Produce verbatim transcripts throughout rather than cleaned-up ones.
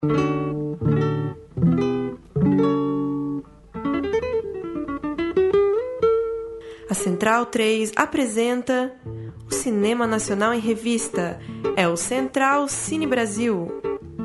A Central três apresenta o Cinema Nacional em Revista. É o Central Cine Brasil.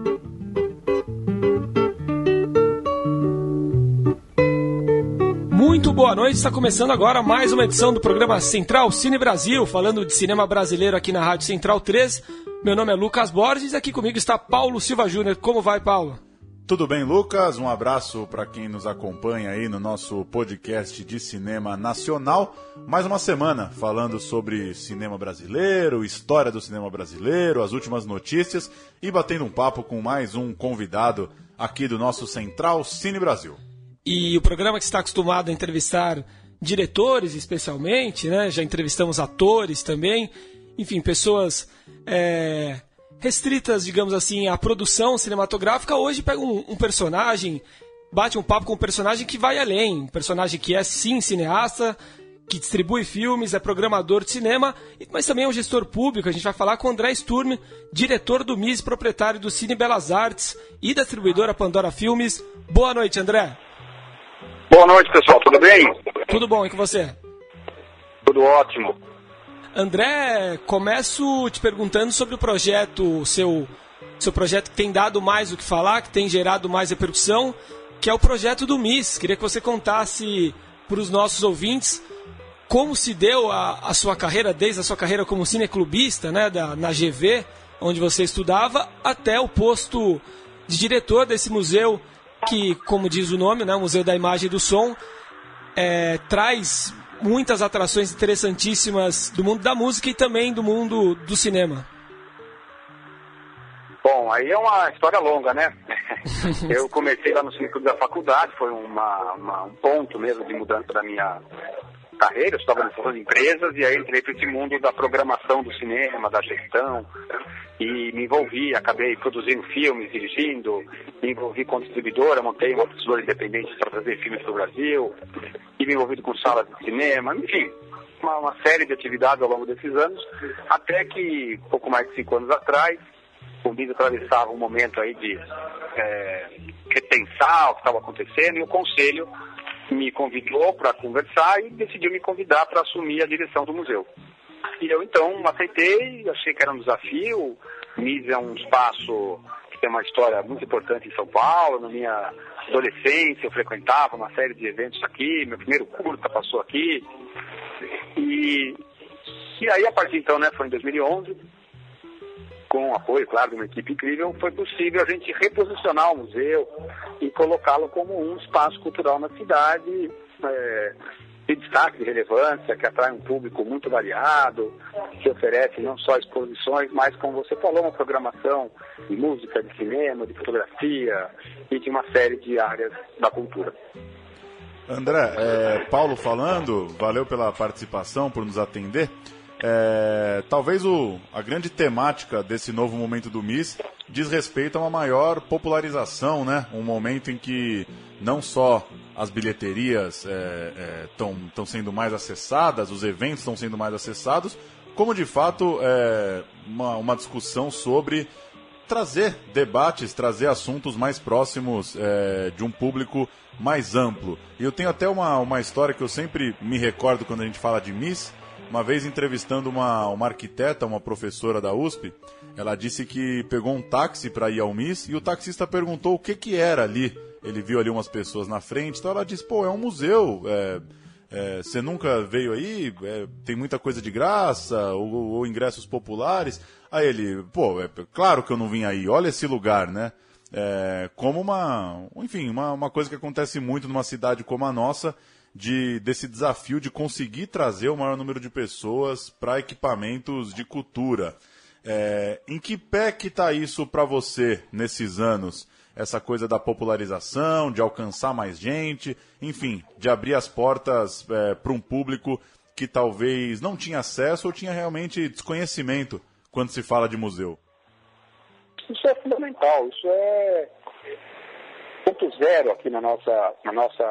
Muito boa noite, está começando agora mais uma edição do programa Central Cine Brasil, falando de cinema brasileiro aqui na Rádio Central três. Meu nome é Lucas Borges e aqui comigo está Paulo Silva Júnior. Como vai, Paulo? Tudo bem, Lucas? Um abraço para quem nos acompanha aí no nosso podcast de cinema nacional. Mais uma semana falando sobre cinema brasileiro, história do cinema brasileiro, as últimas notícias e batendo um papo com mais um convidado aqui do nosso Central Cine Brasil. E o programa que está acostumado a entrevistar diretores especialmente, né? Já entrevistamos atores também, enfim, pessoas é, restritas, digamos assim, à produção cinematográfica. Hoje pega um, um personagem, bate um papo com um personagem que vai além, um personagem que é sim cineasta, que distribui filmes, é programador de cinema, mas também é um gestor público. A gente vai falar com o André Sturm, diretor do M I S, proprietário do Cine Belas Artes e da distribuidora Pandora Filmes. Boa noite, André. Boa noite, pessoal. Tudo bem? Tudo bom, e com você? Tudo ótimo. André, começo te perguntando sobre o projeto, seu, seu projeto que tem dado mais o que falar, que tem gerado mais repercussão, que é o projeto do M I S. Queria que você contasse para os nossos ouvintes como se deu a, a sua carreira, desde a sua carreira como cineclubista, né, da, na G V, onde você estudava, até o posto de diretor desse museu, que, como diz o nome, né, o Museu da Imagem e do Som, é, traz muitas atrações interessantíssimas do mundo da música e também do mundo do cinema. Bom, aí é uma história longa, né? Eu comecei lá no Cineclube da faculdade, foi uma, uma, um ponto mesmo de mudança da minha carreira. Eu estava nessas empresas e aí entrei para esse mundo da programação do cinema, da gestão, e me envolvi, acabei produzindo filmes, dirigindo, me envolvi com distribuidora, montei uma distribuidora independente para trazer filmes para o Brasil, e me envolvi com salas de cinema, enfim, uma, uma série de atividades ao longo desses anos, até que, pouco mais de cinco anos atrás, o M I S atravessava um momento aí de é, repensar o que estava acontecendo, e o Conselho me convidou para conversar e decidiu me convidar para assumir a direção do museu. E eu, então, aceitei, achei que era um desafio. O M I S é um espaço que tem uma história muito importante em São Paulo. Na minha adolescência, eu frequentava uma série de eventos aqui. Meu primeiro curta passou aqui. E, e aí, a partir de então, né, foi em dois mil e onze, com o apoio, claro, de uma equipe incrível, foi possível a gente reposicionar o museu e colocá-lo como um espaço cultural na cidade, é, de destaque, de relevância, que atrai um público muito variado, que oferece não só exposições, mas, como você falou, uma programação de música, de cinema, de fotografia e de uma série de áreas da cultura. André, é, Paulo falando, valeu pela participação, por nos atender. É, talvez o, a grande temática desse novo momento do M I S diz respeito a uma maior popularização, né? Um momento em que não só as bilheterias estão é, é, sendo mais acessadas, os eventos estão sendo mais acessados, como de fato é, uma, uma discussão sobre trazer debates, trazer assuntos mais próximos é, de um público mais amplo. E eu tenho até uma, uma história que eu sempre me recordo quando a gente fala de M I S. Uma vez entrevistando uma, uma arquiteta, uma professora da U S P, ela disse que pegou um táxi para ir ao M I S e o taxista perguntou o que, que era ali. Ele viu ali umas pessoas na frente, então ela disse, pô, é um museu, é, é, você nunca veio aí, é, tem muita coisa de graça, ou, ou ingressos populares. Aí ele, pô, é claro que eu não vim aí, olha esse lugar, né? É, como uma, enfim, uma, uma coisa que acontece muito numa cidade como a nossa, De, desse desafio de conseguir trazer o maior número de pessoas para equipamentos de cultura. É, em que pé que está isso para você nesses anos? Essa coisa da popularização, de alcançar mais gente, enfim, de abrir as portas é, para um público que talvez não tinha acesso ou tinha realmente desconhecimento quando se fala de museu. Isso é fundamental, isso é ponto zero aqui na nossa, na nossa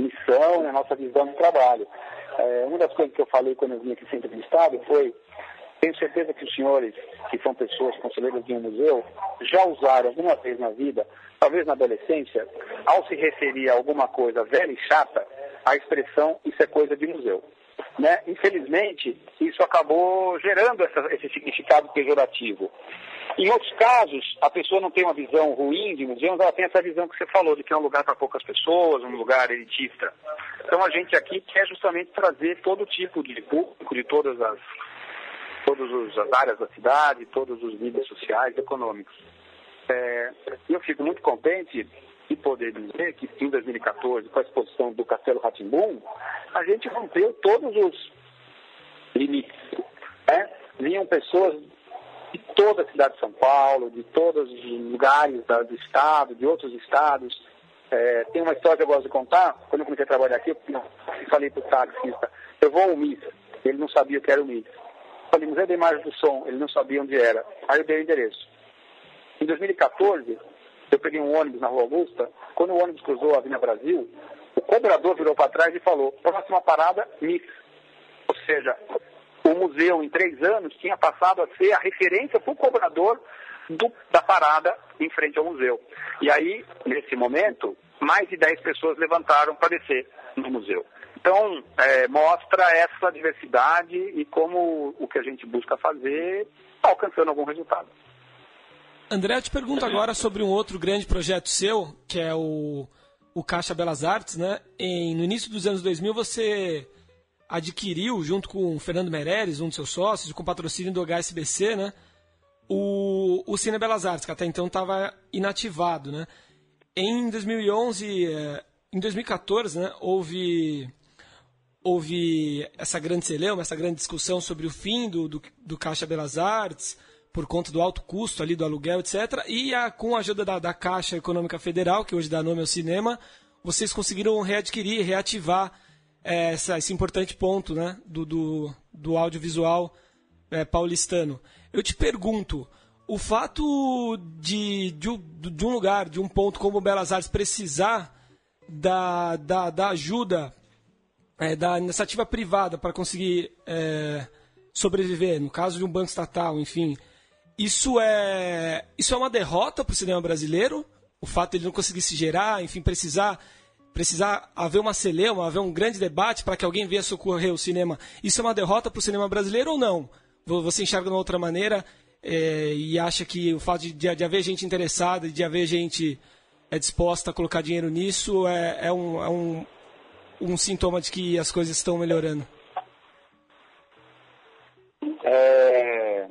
missão, na nossa visão de trabalho. É, uma das coisas que eu falei quando eu vim aqui ser entrevistado foi Tenho certeza que os senhores, que são pessoas conselheiras de um museu, já usaram alguma vez na vida, talvez na adolescência, ao se referir a alguma coisa velha e chata, a expressão "isso é coisa de museu". Né? Infelizmente, isso acabou gerando essa, esse significado pejorativo. Em outros casos, a pessoa não tem uma visão ruim de museu, mas ela tem essa visão que você falou, de que é um lugar para poucas pessoas, um lugar elitista. Então a gente aqui quer justamente trazer todo tipo de público, de todas as, todas as áreas da cidade, todos os níveis sociais e econômicos. É, eu fico muito contente de poder dizer que em dois mil e quatorze, com a exposição do Castelo Rá-Tim-Bum, a gente rompeu todos os limites. Né? Vinham pessoas de toda a cidade de São Paulo, de todos os lugares do estado, de outros estados. É, tem uma história que eu gosto de contar. Quando eu comecei a trabalhar aqui, eu falei para o taxista, eu vou ao M I S. Ele não sabia o que era o M I S. Eu falei, Museu da Imagem do Som, ele não sabia onde era. Aí eu dei o endereço. Em dois mil e quatorze, eu peguei um ônibus na Rua Augusta. Quando o ônibus cruzou a Avenida Brasil, o cobrador virou para trás e falou, próxima parada, M I S. Ou seja, o museu, em três anos, tinha passado a ser a referência para o cobrador do, da parada em frente ao museu. E aí, nesse momento, mais de dez pessoas levantaram para descer no museu. Então, é, mostra essa diversidade e como o que a gente busca fazer está alcançando algum resultado. André, eu te pergunto agora sobre um outro grande projeto seu, que é o, o Caixa Belas Artes, né? Em, no início dos anos dois mil, você adquiriu, junto com o Fernando Meirelles, um de seus sócios, com patrocínio do H S B C, né, o, o Cine Belas Artes, que até então estava inativado. Né? Em dois mil e onze, em dois mil e quatorze, né, houve, houve essa grande celeuma, essa grande discussão sobre o fim do, do, do Caixa Belas Artes, por conta do alto custo ali do aluguel, etcétera. E a, com a ajuda da, da Caixa Econômica Federal, que hoje dá nome ao cinema, vocês conseguiram readquirir, reativar Essa, esse importante ponto, né, do, do, do audiovisual é, paulistano. Eu te pergunto, o fato de, de, de um lugar, de um ponto como o Belas Artes precisar da, da, da ajuda é, da iniciativa privada para conseguir é, sobreviver, no caso de um banco estatal, enfim, isso é, isso é uma derrota para o cinema brasileiro? O fato de ele não conseguir se gerar, enfim, precisar... precisar haver uma celeuma, haver um grande debate para que alguém venha socorrer o cinema, isso é uma derrota para o cinema brasileiro ou não? Você enxerga de uma outra maneira é, e acha que o fato de, de haver gente interessada, de haver gente é, disposta a colocar dinheiro nisso é, é, um, é um, um sintoma de que as coisas estão melhorando? É...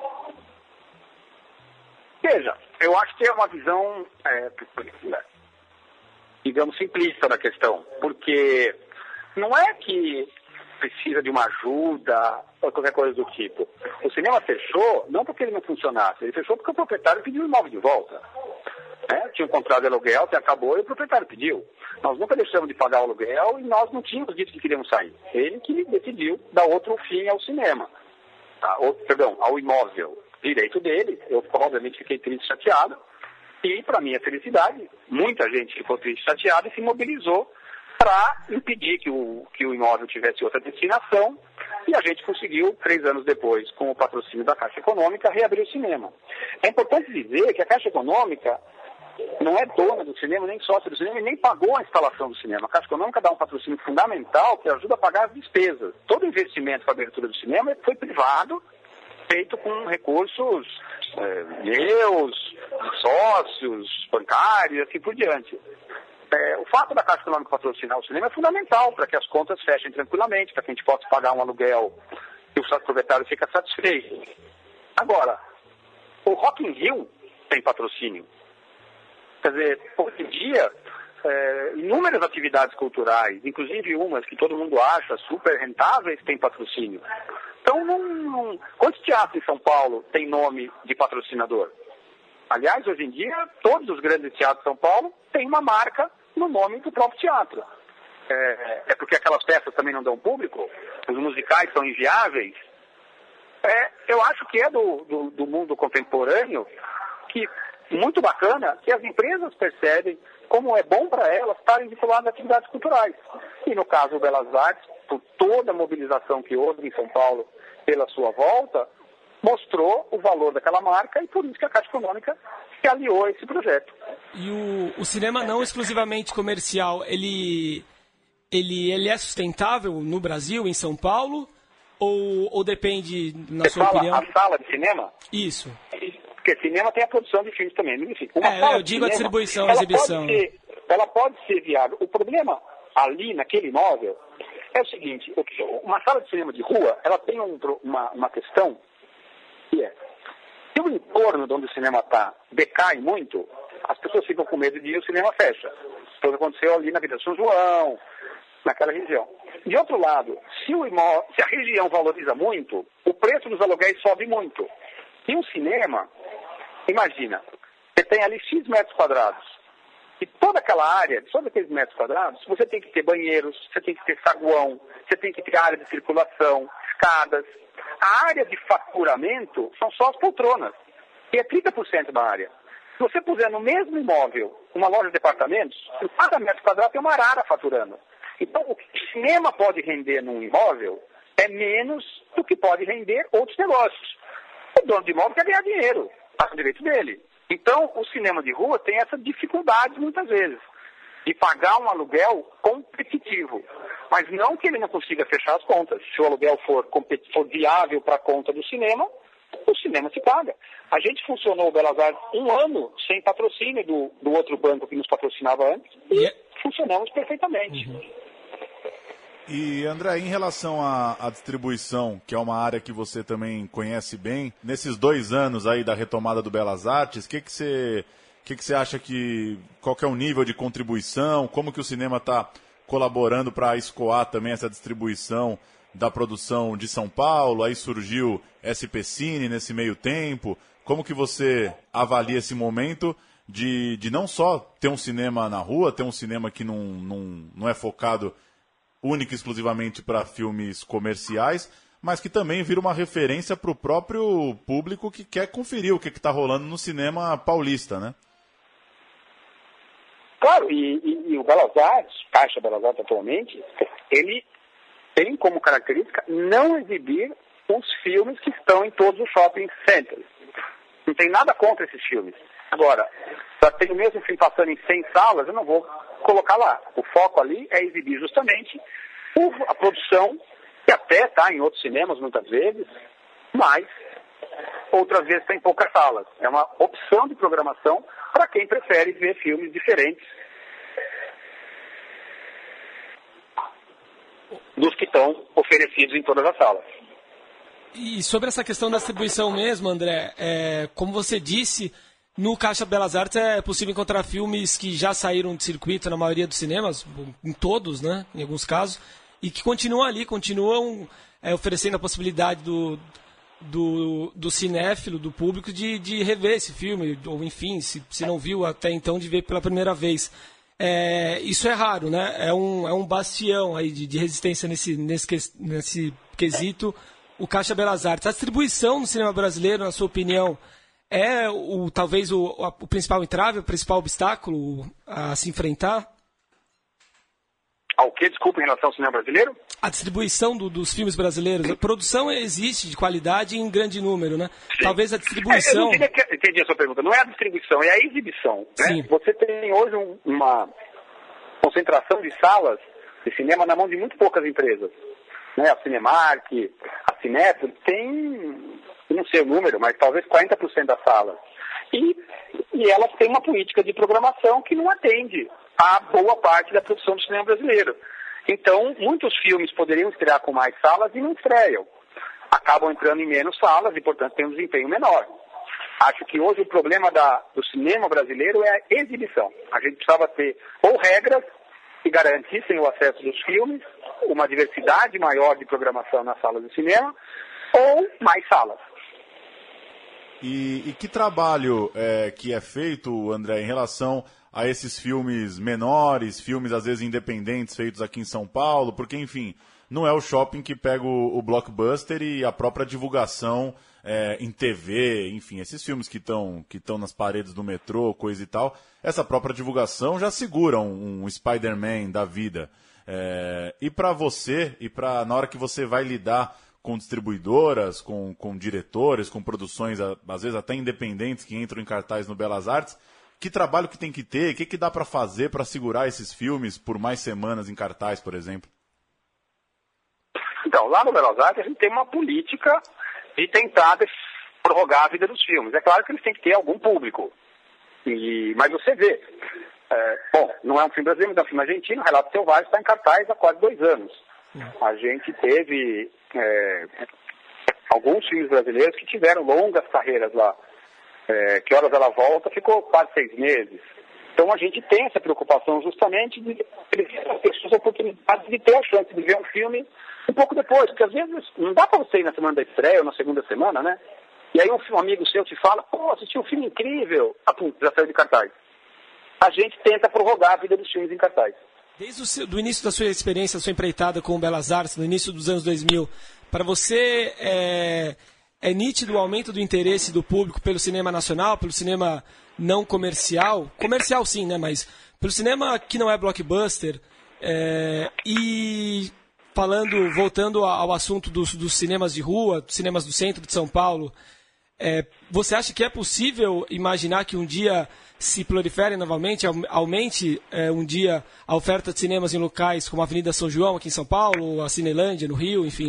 Veja, eu acho que é uma visão... É... digamos, simplista da questão, porque não é que precisa de uma ajuda ou qualquer coisa do tipo. O cinema fechou não porque ele não funcionasse, ele fechou porque o proprietário pediu o imóvel de volta. É, tinha um contrato de aluguel que acabou e o proprietário pediu. Nós nunca deixamos de pagar o aluguel e nós não tínhamos dito que queríamos sair. Ele que decidiu dar outro fim ao cinema, tá? Ou, perdão, ao imóvel. Direito dele, eu obviamente fiquei triste e chateado. E, para minha felicidade, muita gente ficou triste e chateada e se mobilizou para impedir que o, que o imóvel tivesse outra destinação. E a gente conseguiu, três anos depois, com o patrocínio da Caixa Econômica, reabrir o cinema. É importante dizer que a Caixa Econômica não é dona do cinema, nem sócia do cinema, e nem pagou a instalação do cinema. A Caixa Econômica dá um patrocínio fundamental que ajuda a pagar as despesas. Todo investimento para a abertura do cinema foi privado, feito com recursos é, meus, sócios, bancários, assim por diante. É, o fato da Caixa Econômica patrocinar o cinema é fundamental para que as contas fechem tranquilamente, para que a gente possa pagar um aluguel e o proprietário fica satisfeito. Agora, o Rock in Rio tem patrocínio. Quer dizer, hoje em dia, é, inúmeras atividades culturais, inclusive umas que todo mundo acha super rentáveis, têm patrocínio. Então, não, não... quantos teatros em São Paulo têm nome de patrocinador? Aliás, hoje em dia, todos os grandes teatros de São Paulo têm uma marca no nome do próprio teatro. É, é porque aquelas peças também não dão público? Os musicais são inviáveis? É, eu acho que é do, do, do mundo contemporâneo que, muito bacana, que as empresas percebem como é bom para elas estarem vinculadas a atividades culturais. E no caso do Belas Artes, por toda a mobilização que houve em São Paulo pela sua volta, mostrou o valor daquela marca e por isso que a Caixa Econômica se aliou a esse projeto. E o, o cinema não exclusivamente comercial, ele, ele, ele é sustentável no Brasil, em São Paulo? Ou, ou depende, na Você sua fala opinião? a sala de cinema? Isso. Porque cinema tem a produção de filmes também. Enfim, uma É, sala eu de digo a cinema, distribuição, a ela exibição. Pode ser, ela pode ser viável. O problema ali, naquele imóvel, é o seguinte, uma sala de cinema de rua, ela tem um, uma, uma questão que é, se o entorno de onde o cinema está decai muito, as pessoas ficam com medo de ir, o cinema fecha. Isso aconteceu ali na Vida de São João, naquela região. De outro lado, se, o imó... se a região valoriza muito, o preço dos aluguéis sobe muito. E um cinema, imagina, você tem ali X metros quadrados. E toda aquela área, todos aqueles metros quadrados, você tem que ter banheiros, você tem que ter saguão, você tem que ter área de circulação, escadas. A área de faturamento são só as poltronas, que é trinta por cento da área. Se você puser no mesmo imóvel uma loja de departamentos, em cada metro quadrado tem uma arara faturando. Então, o que o cinema pode render num imóvel é menos do que pode render outros negócios. O dono de imóvel quer ganhar dinheiro, passa o direito dele. Então, o cinema de rua tem essa dificuldade, muitas vezes, de pagar um aluguel competitivo. Mas não que ele não consiga fechar as contas. Se o aluguel for, for viável para a conta do cinema, o cinema se paga. A gente funcionou o Belas Artes um ano sem patrocínio do, do outro banco que nos patrocinava antes e yeah. funcionamos perfeitamente. Uhum. E, André, em relação à, à distribuição, que é uma área que você também conhece bem, nesses dois anos aí da retomada do Belas Artes, o que, que você que que você acha que... Qual que é o nível de contribuição? Como que o cinema está colaborando para escoar também essa distribuição da produção de São Paulo? Aí surgiu S P Cine nesse meio tempo. Como que você avalia esse momento de, de não só ter um cinema na rua, ter um cinema que não, não, não é focado única e exclusivamente para filmes comerciais, mas que também vira uma referência para o próprio público que quer conferir o que está rolando no cinema paulista, né? Claro, e, e, e o Belas Artes, Caixa Belas Artes atualmente, ele tem como característica não exibir os filmes que estão em todos os shopping centers. Não tem nada contra esses filmes. Agora, já tem o mesmo filme passando em cem salas, eu não vou colocar lá. O foco ali é exibir justamente a produção, que até está em outros cinemas muitas vezes, mas outras vezes está em poucas salas. É uma opção de programação para quem prefere ver filmes diferentes dos que estão oferecidos em todas as salas. E sobre essa questão da distribuição mesmo, André, é, como você disse, no Caixa Belas Artes é possível encontrar filmes que já saíram de circuito na maioria dos cinemas, em todos, né, em alguns casos, e que continuam ali, continuam é, oferecendo a possibilidade do, do, do cinéfilo, do público, de, de rever esse filme, ou enfim, se, se não viu até então, de ver pela primeira vez. É, isso é raro, né? É um, é um bastião aí de, de resistência nesse, nesse, nesse quesito, o Caixa Belas Artes. A distribuição no cinema brasileiro, na sua opinião, é o, talvez o, o principal entrave, o principal obstáculo a se enfrentar? Ao que, desculpa, em relação ao cinema brasileiro? A distribuição do, dos filmes brasileiros. A produção existe de qualidade em grande número, né? Sim. Talvez a distribuição... É, eu que, entendi a sua pergunta. Não é a distribuição, é a exibição. Né? Você tem hoje um, uma concentração de salas de cinema na mão de muito poucas empresas. Né? A Cinemark, a Cinépolis, tem... não sei o número, mas talvez quarenta por cento das salas. E, e elas têm uma política de programação que não atende a boa parte da produção do cinema brasileiro. Então, muitos filmes poderiam estrear com mais salas e não estreiam. Acabam entrando em menos salas e, portanto, tem um desempenho menor. Acho que hoje o problema da, do cinema brasileiro é a exibição. A gente precisava ter ou regras que garantissem o acesso dos filmes, uma diversidade maior de programação nas salas de cinema, ou mais salas. E, e que trabalho é, que é feito, André, em relação a esses filmes menores, filmes às vezes independentes feitos aqui em São Paulo, porque, enfim, não é o shopping que pega o, o blockbuster e a própria divulgação é, em T V, enfim, esses filmes que estão que estão nas paredes do metrô, coisa e tal, essa própria divulgação já segura um, um Spider-Man da vida. É, e para você, e para na hora que você vai lidar com distribuidoras, com, com diretores, com produções, às vezes até independentes, que entram em cartaz no Belas Artes. Que trabalho que tem que ter? O que, que dá para fazer para segurar esses filmes por mais semanas em cartaz, por exemplo? Então, lá no Belas Artes a gente tem uma política de tentar prorrogar a vida dos filmes. É claro que eles têm que ter algum público. E, mas você vê, é, bom, não é um filme brasileiro, mas é um filme argentino, Relatos Selvagens está em cartaz há quase dois anos. A gente teve é, alguns filmes brasileiros que tiveram longas carreiras lá. É, que Horas Ela Volta ficou quase seis meses. Então a gente tem essa preocupação justamente de ter as pessoas a oportunidade de ter a chance de ver um filme um pouco depois, porque às vezes não dá para você ir na semana da estreia ou na segunda semana, né? E aí um, um amigo seu te fala, pô, assisti um filme incrível, ah, pum, já saiu de cartaz. A gente tenta prorrogar a vida dos filmes em cartaz. Desde o seu, do início da sua experiência, da sua empreitada com o Belas Artes, no início dos anos dois mil, para você é, é nítido o aumento do interesse do público pelo cinema nacional, pelo cinema não comercial, comercial sim, né, mas pelo cinema que não é blockbuster, é, e falando, voltando ao assunto dos, dos cinemas de rua, dos cinemas do centro de São Paulo, é, você acha que é possível imaginar que um dia se prolifere novamente, aumente é, um dia a oferta de cinemas em locais como a Avenida São João, aqui em São Paulo, a Cinelândia, no Rio, enfim?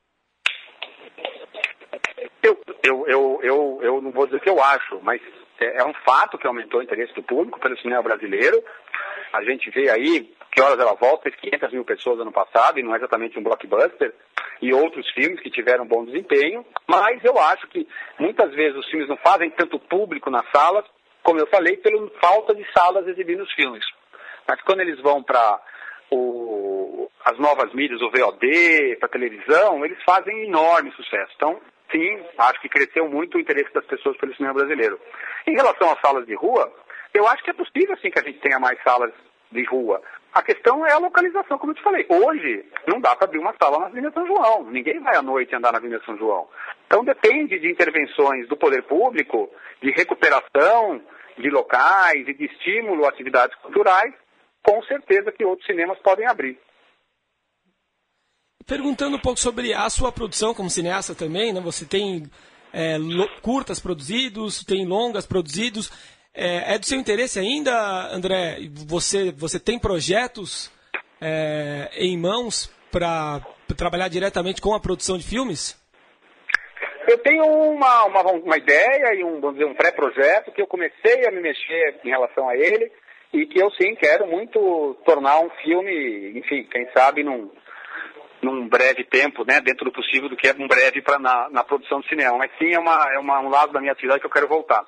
Eu, eu, eu, eu, eu não vou dizer que eu acho, mas é, é um fato que aumentou o interesse do público pelo cinema brasileiro. A gente vê aí Que Horas Ela Volta, fez quinhentas mil pessoas ano passado, e não é exatamente um blockbuster, e outros filmes que tiveram bom desempenho, mas eu acho que muitas vezes os filmes não fazem tanto público nas salas, como eu falei, pela falta de salas exibindo os filmes. Mas quando eles vão para as novas mídias, o V O D, para a televisão, eles fazem enorme sucesso. Então, sim, acho que cresceu muito o interesse das pessoas pelo cinema brasileiro. Em relação às salas de rua, eu acho que é possível, sim, que a gente tenha mais salas de rua. A questão é a localização, como eu te falei. Hoje, não dá para abrir uma sala na Avenida São João. Ninguém vai à noite andar na Avenida São João. Então, depende de intervenções do poder público, de recuperação de locais e de estímulo a atividades culturais, com certeza que outros cinemas podem abrir. Perguntando um pouco sobre a sua produção como cineasta também, né? Você tem é, curtas produzidos, tem longas produzidos. É, é do seu interesse ainda, André? Você, você tem projetos é, em mãos para trabalhar diretamente com a produção de filmes? Eu tenho uma, uma, uma ideia e um, vamos dizer, um pré-projeto que eu comecei a me mexer em relação a ele e que eu sim quero muito tornar um filme, enfim, quem sabe num, num breve tempo, né, dentro do possível do que é um breve pra, na, na produção de cinema. Mas sim é, uma, é uma, um lado da minha atividade que eu quero voltar.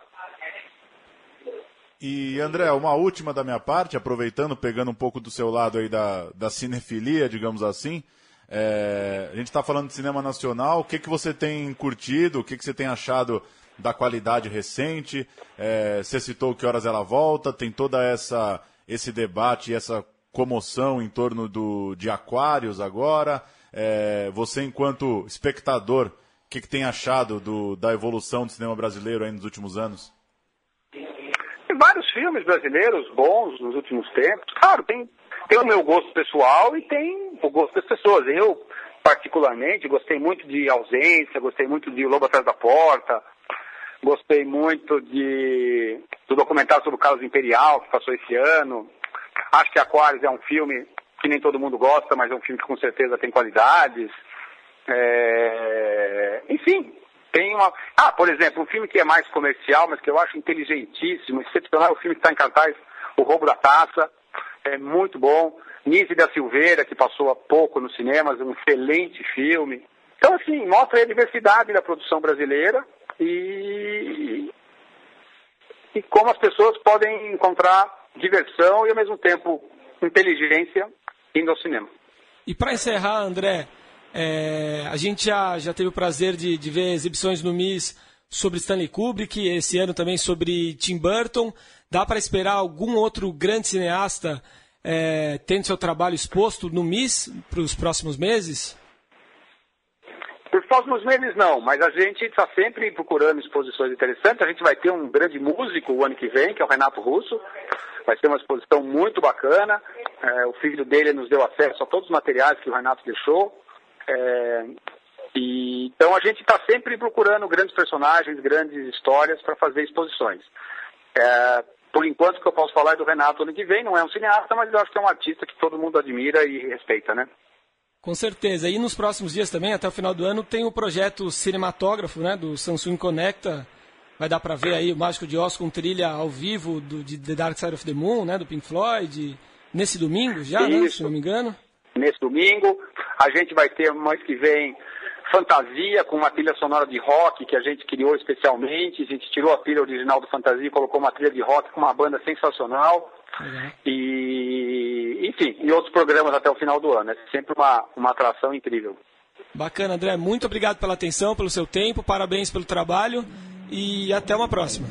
E, André, uma última da minha parte, aproveitando, pegando um pouco do seu lado aí da, da cinefilia, digamos assim, é, a gente está falando de cinema nacional, o que, que você tem curtido, o que, que você tem achado da qualidade recente? É, você citou Que Horas Ela Volta, tem toda essa esse debate, essa comoção em torno do, de Aquários agora. É, você, enquanto espectador, o que, que tem achado do, da evolução do cinema brasileiro aí nos últimos anos? Tem vários filmes brasileiros bons nos últimos tempos. Claro, tem, tem o meu gosto pessoal e tem o gosto das pessoas. Eu, particularmente, gostei muito de Ausência, gostei muito de O Lobo Atrás da Porta, gostei muito de, do documentário sobre o Carlos Imperial, que passou esse ano. Acho que Aquários é um filme que nem todo mundo gosta, mas é um filme que com certeza tem qualidades. É... Enfim... Tem uma... Ah, por exemplo, um filme que é mais comercial, mas que eu acho inteligentíssimo, excepcional, o filme que está em cartaz, O Roubo da Taça, é muito bom. Nise da Silveira, que passou há pouco nos cinemas, um excelente filme. Então, assim, mostra a diversidade da produção brasileira e, e como as pessoas podem encontrar diversão e, ao mesmo tempo, inteligência indo ao cinema. E para encerrar, André... É, a gente já, já teve o prazer de, de ver exibições no M I S sobre Stanley Kubrick, esse ano também sobre Tim Burton. Dá para esperar algum outro grande cineasta é, tendo seu trabalho exposto no M I S para os próximos meses? Para os próximos meses não, mas a gente está sempre procurando exposições interessantes. A gente vai ter um grande músico o ano que vem, que é o Renato Russo. Vai ser uma exposição muito bacana. É, o filho dele nos deu acesso a todos os materiais que o Renato deixou. É, E, então a gente está sempre procurando grandes personagens, grandes histórias para fazer exposições. É, por enquanto, o que eu posso falar é do Renato ano que vem, não é um cineasta, mas eu acho que é um artista que todo mundo admira e respeita, né? Com certeza. E nos próximos dias também, até o final do ano, tem o projeto cinematógrafo, né, do Samsung Conecta. Vai dar para ver aí o Mágico de Oz com trilha ao vivo do, de The Dark Side of the Moon, né, do Pink Floyd, nesse domingo já, né, se não me engano. Nesse domingo. A gente vai ter, mês que vem, Fantasia, com uma trilha sonora de rock que a gente criou especialmente. A gente tirou a trilha original do Fantasia e colocou uma trilha de rock com uma banda sensacional. Uhum. E, enfim, e outros programas até o final do ano. É sempre uma, uma atração incrível. Bacana, André. Muito obrigado pela atenção, pelo seu tempo. Parabéns pelo trabalho e até uma próxima.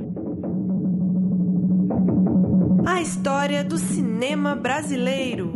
A história do cinema brasileiro.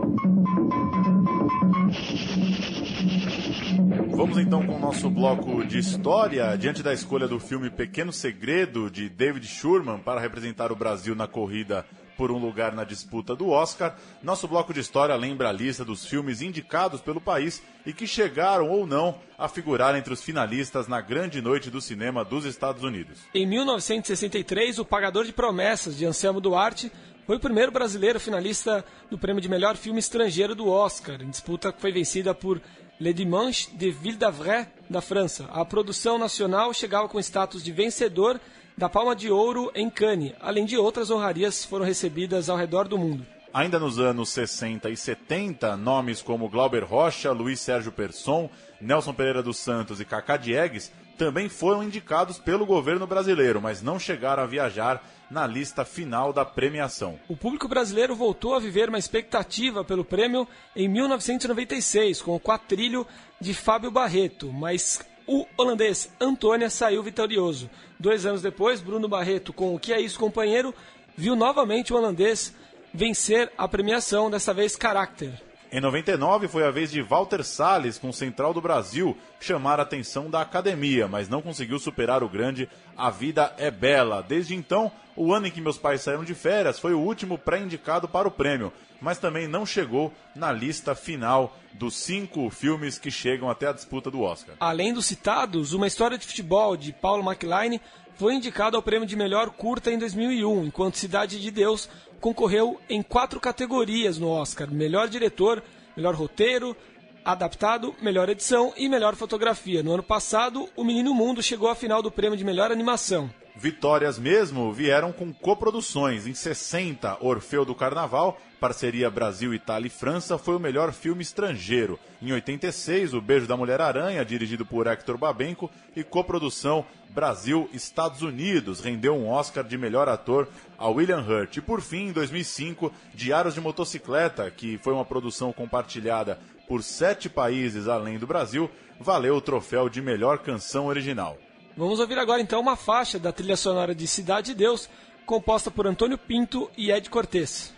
Vamos então com o nosso bloco de história. Diante da escolha do filme Pequeno Segredo, de David Shurman, para representar o Brasil na corrida por um lugar na disputa do Oscar, nosso bloco de história lembra a lista dos filmes indicados pelo país e que chegaram ou não a figurar entre os finalistas na grande noite do cinema dos Estados Unidos. Em mil novecentos e sessenta e três, O Pagador de Promessas, de Anselmo Duarte, foi o primeiro brasileiro finalista do prêmio de melhor filme estrangeiro do Oscar, em disputa que foi vencida por Le Dimanche de Ville d'Avray, da França. A produção nacional chegava com status de vencedor da Palma de Ouro em Cannes, além de outras honrarias foram recebidas ao redor do mundo. Ainda nos anos sessenta e setenta, nomes como Glauber Rocha, Luiz Sérgio Persson, Nelson Pereira dos Santos e Cacá Diegues também foram indicados pelo governo brasileiro, mas não chegaram a viajar na lista final da premiação. O público brasileiro voltou a viver uma expectativa pelo prêmio em mil novecentos e noventa e seis, com o Quatrilho de Fábio Barreto, mas o holandês Antônia saiu vitorioso. Dois anos depois, Bruno Barreto, com O Que É Isso, Companheiro, viu novamente o holandês vencer a premiação, dessa vez Carácter. Em noventa e nove foi a vez de Walter Salles, com Central do Brasil, chamar a atenção da academia, mas não conseguiu superar o grande A Vida é Bela. Desde então, o ano em que meus pais saíram de férias foi o último pré-indicado para o prêmio, mas também não chegou na lista final dos cinco filmes que chegam até a disputa do Oscar. Além dos citados, Uma História de Futebol, de Paulo McLean, foi indicado ao prêmio de melhor curta em dois mil e um, enquanto Cidade de Deus concorreu em quatro categorias no Oscar: melhor diretor, melhor roteiro, adaptado, melhor edição e melhor fotografia. No ano passado, O Menino Mundo chegou à final do prêmio de melhor animação. Vitórias mesmo vieram com coproduções. Em sessenta, Orfeu do Carnaval, parceria Brasil, Itália e França, foi o melhor filme estrangeiro. Em oitenta e seis, O Beijo da Mulher-Aranha, dirigido por Hector Babenco, e coprodução Brasil-Estados Unidos, rendeu um Oscar de melhor ator a William Hurt. E por fim, em dois mil e cinco, Diários de Motocicleta, que foi uma produção compartilhada por sete países além do Brasil, valeu o troféu de melhor canção original. Vamos ouvir agora então uma faixa da trilha sonora de Cidade de Deus, composta por Antônio Pinto e Ed Cortez.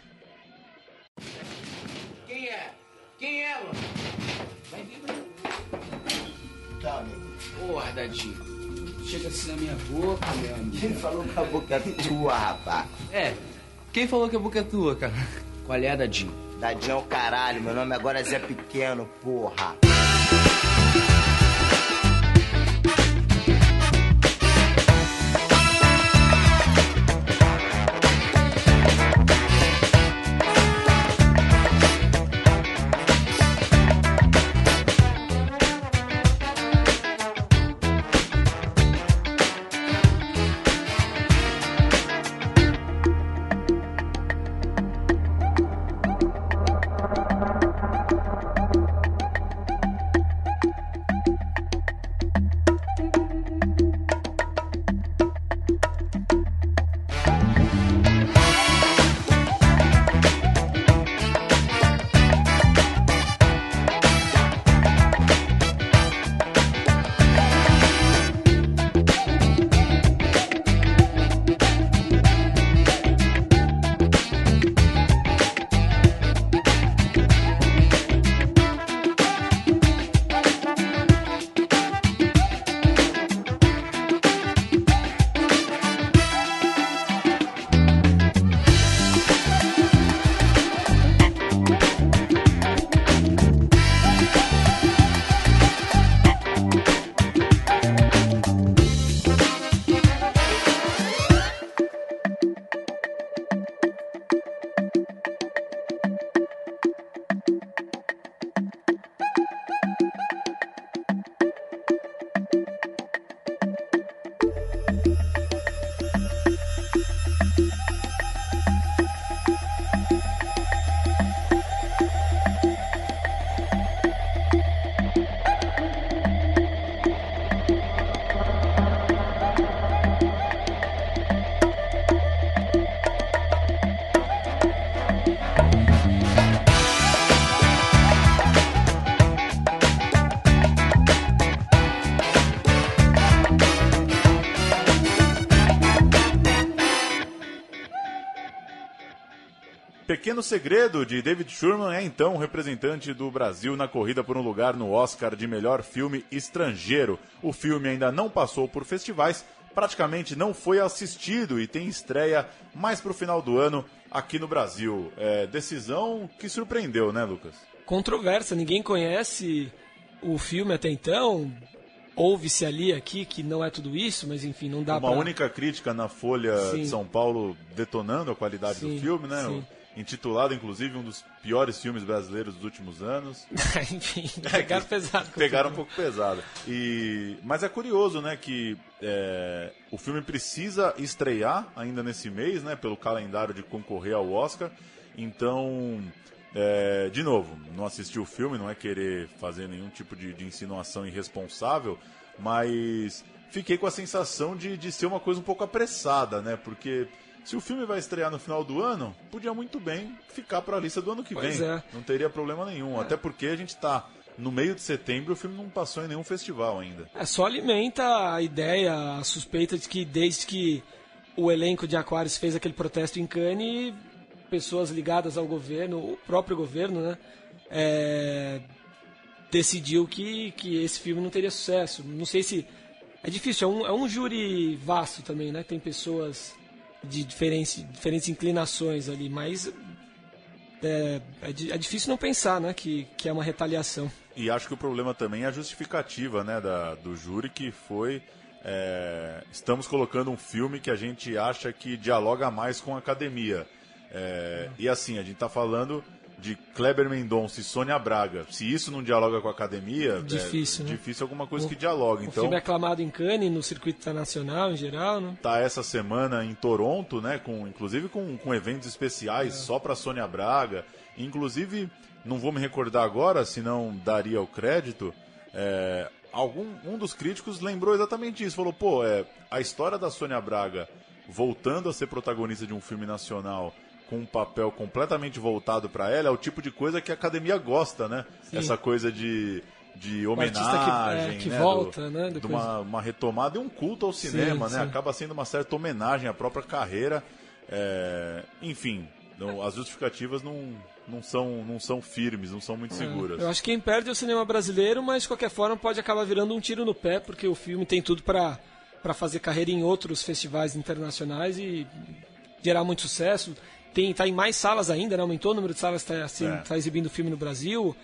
Quem é? Quem é, mano? Vai vir, mano. Tá, amigo. Porra, Dadinho. Chega assim na minha boca, meu amigo. Quem falou que a boca é tua, rapaz? É, quem falou que a boca é tua, cara? Qual é, Dadinho? Dadinho é o caralho, meu nome agora é Zé Pequeno, porra. Pequeno Segredo, de David Shurman, é então o representante do Brasil na corrida por um lugar no Oscar de melhor filme estrangeiro. O filme ainda não passou por festivais, praticamente não foi assistido e tem estreia mais para o final do ano aqui no Brasil. É, decisão que surpreendeu, né, Lucas? Controversa, ninguém conhece o filme até então. Ouve-se ali, aqui, que não é tudo isso, mas enfim, não dá Uma pra... única crítica na Folha Sim. de São Paulo detonando a qualidade Sim. do filme, né? Sim. Intitulado, inclusive, um dos piores filmes brasileiros dos últimos anos. Enfim, pegaram pesado. Pegaram um pouco pesado. E... Mas é curioso, né, que é... o filme precisa estrear ainda nesse mês, né, pelo calendário de concorrer ao Oscar. Então, é... de novo, não assisti o filme, não é querer fazer nenhum tipo de, de insinuação irresponsável, mas fiquei com a sensação de, de ser uma coisa um pouco apressada, né, porque... Se o filme vai estrear no final do ano, podia muito bem ficar para a lista do ano que pois vem. É. Não teria problema nenhum. É. Até porque a gente está no meio de setembro e o filme não passou em nenhum festival ainda. É, só alimenta a ideia, a suspeita de que desde que o elenco de Aquarius fez aquele protesto em Cannes, pessoas ligadas ao governo, o próprio governo, né, é, decidiu que, que esse filme não teria sucesso. Não sei se... É difícil, é um, é um júri vasto também, né? Tem pessoas... de diferentes, diferentes inclinações ali, mas é, é, é difícil não pensar, né, que, que é uma retaliação. E acho que o problema também é a justificativa, né, da, do júri, que foi é, estamos colocando um filme que a gente acha que dialoga mais com a academia. É, e assim, a gente está falando de Kleber Mendonça e Sônia Braga. Se isso não dialoga com a academia, difícil, é né? difícil alguma coisa o, que dialogue. O então, filme é aclamado em Cannes, no circuito internacional em geral, né? Tá essa semana em Toronto, né? Com, inclusive com, com eventos especiais é. só para Sônia Braga. Inclusive, não vou me recordar agora, senão daria o crédito. É, algum, um dos críticos lembrou exatamente isso. Falou, pô, é, a história da Sônia Braga voltando a ser protagonista de um filme nacional com um papel completamente voltado para ela, é o tipo de coisa que a academia gosta, né? Sim. Essa coisa de, de homenagem, que, é, que né? volta, Do, né? Depois... De uma, uma retomada e um culto ao cinema, sim, né? Sim. Acaba sendo uma certa homenagem à própria carreira. É... Enfim, não, as justificativas não, não, são, não são firmes, não são muito seguras. É, eu acho que quem perde é o cinema brasileiro, mas de qualquer forma pode acabar virando um tiro no pé, porque o filme tem tudo para para fazer carreira em outros festivais internacionais e gerar muito sucesso. Tem, tá em mais salas ainda, né? Aumentou o número de salas que está assim, é. tá exibindo o filme no Brasil.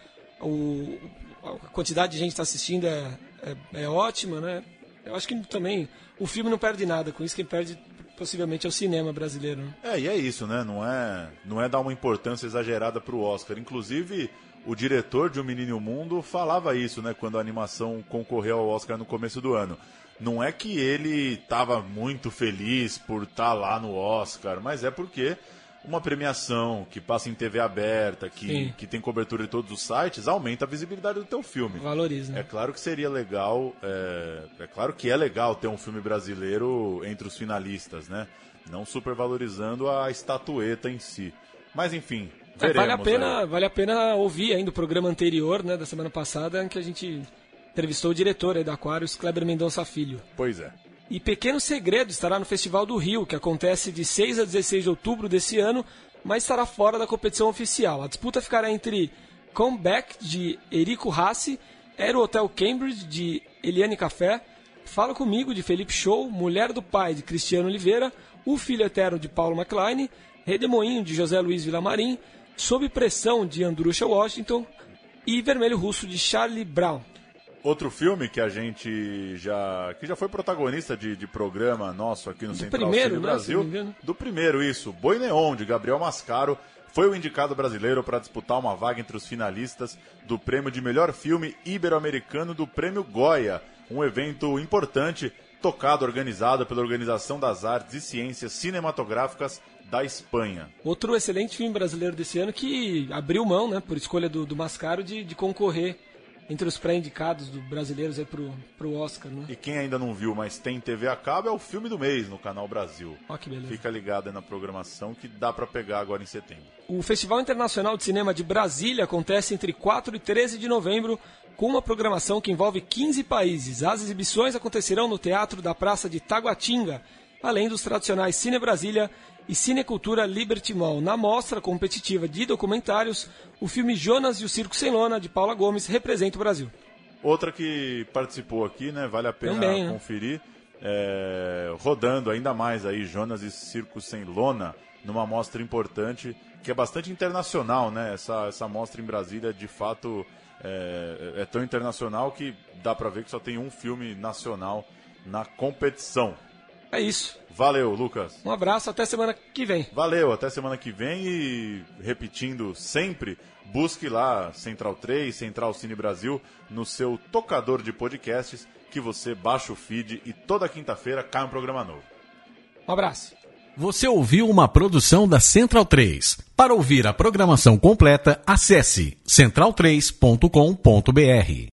O, a quantidade de gente que está assistindo é, é, é ótima, né? Eu acho que também o filme não perde nada com isso, quem perde possivelmente é o cinema brasileiro. Né? É, e é isso, né? Não é, não é dar uma importância exagerada para o Oscar. Inclusive, o diretor de O Menino e o Mundo falava isso, né? Quando a animação concorreu ao Oscar no começo do ano. Não é que ele estava muito feliz por estar tá lá no Oscar, mas é porque... uma premiação que passa em T V aberta, que, que tem cobertura de todos os sites, aumenta a visibilidade do teu filme. Valoriza. É claro que seria legal, é, é claro que é legal ter um filme brasileiro entre os finalistas, né? Não supervalorizando a estatueta em si. Mas enfim, veremos. É, vale, a pena, vale a pena ouvir ainda o programa anterior, né, da semana passada, em que a gente entrevistou o diretor aí da Aquarius, Kleber Mendonça Filho. Pois é. E Pequeno Segredo estará no Festival do Rio, que acontece de seis a dezesseis de outubro desse ano, mas estará fora da competição oficial. A disputa ficará entre Comeback, de Erico Rassi, Aero Hotel Cambridge, de Eliane Café, Fala Comigo, de Felipe Show, Mulher do Pai, de Cristiano Oliveira, O Filho Eterno, de Paulo McLean, Redemoinho, de José Luiz Villamarim, Sob Pressão, de Andrusha Washington e Vermelho Russo, de Charlie Brown. Outro filme que a gente já que já foi protagonista de, de programa nosso aqui no do Central primeiro, Cine né, Brasil, do primeiro, isso, Boi Neon, de Gabriel Mascaro, foi o indicado brasileiro para disputar uma vaga entre os finalistas do prêmio de melhor filme ibero-americano do Prêmio Goya, um evento importante, tocado, organizado pela Organização das Artes e Ciências Cinematográficas da Espanha. Outro excelente filme brasileiro desse ano que abriu mão, né, por escolha do, do Mascaro, de, de concorrer entre os pré-indicados do brasileiros aí pro, pro Oscar, né? E quem ainda não viu, mas tem T V a cabo, é o filme do mês no Canal Brasil. Ó, que beleza. Fica ligado aí na programação que dá para pegar agora em setembro. O Festival Internacional de Cinema de Brasília acontece entre quatro e treze de novembro, com uma programação que envolve quinze países. As exibições acontecerão no Teatro da Praça de Taguatinga, além dos tradicionais Cine Brasília e Cinecultura Liberty Mall. Na mostra competitiva de documentários, o filme Jonas e o Circo Sem Lona, de Paula Gomes, representa o Brasil. Outra que participou aqui, né? Vale a pena Também, né? conferir. É, rodando ainda mais aí Jonas e Circo Sem Lona, numa mostra importante, que é bastante internacional, né? Essa, essa mostra em Brasília, de fato, é, é tão internacional que dá pra ver que só tem um filme nacional na competição. É isso. Valeu, Lucas. Um abraço, até semana que vem. Valeu, até semana que vem e, repetindo sempre, busque lá Central três, Central Cine Brasil, no seu tocador de podcasts, que você baixa o feed e toda quinta-feira cai um programa novo. Um abraço. Você ouviu uma produção da Central três. Para ouvir a programação completa, acesse central três ponto com ponto br.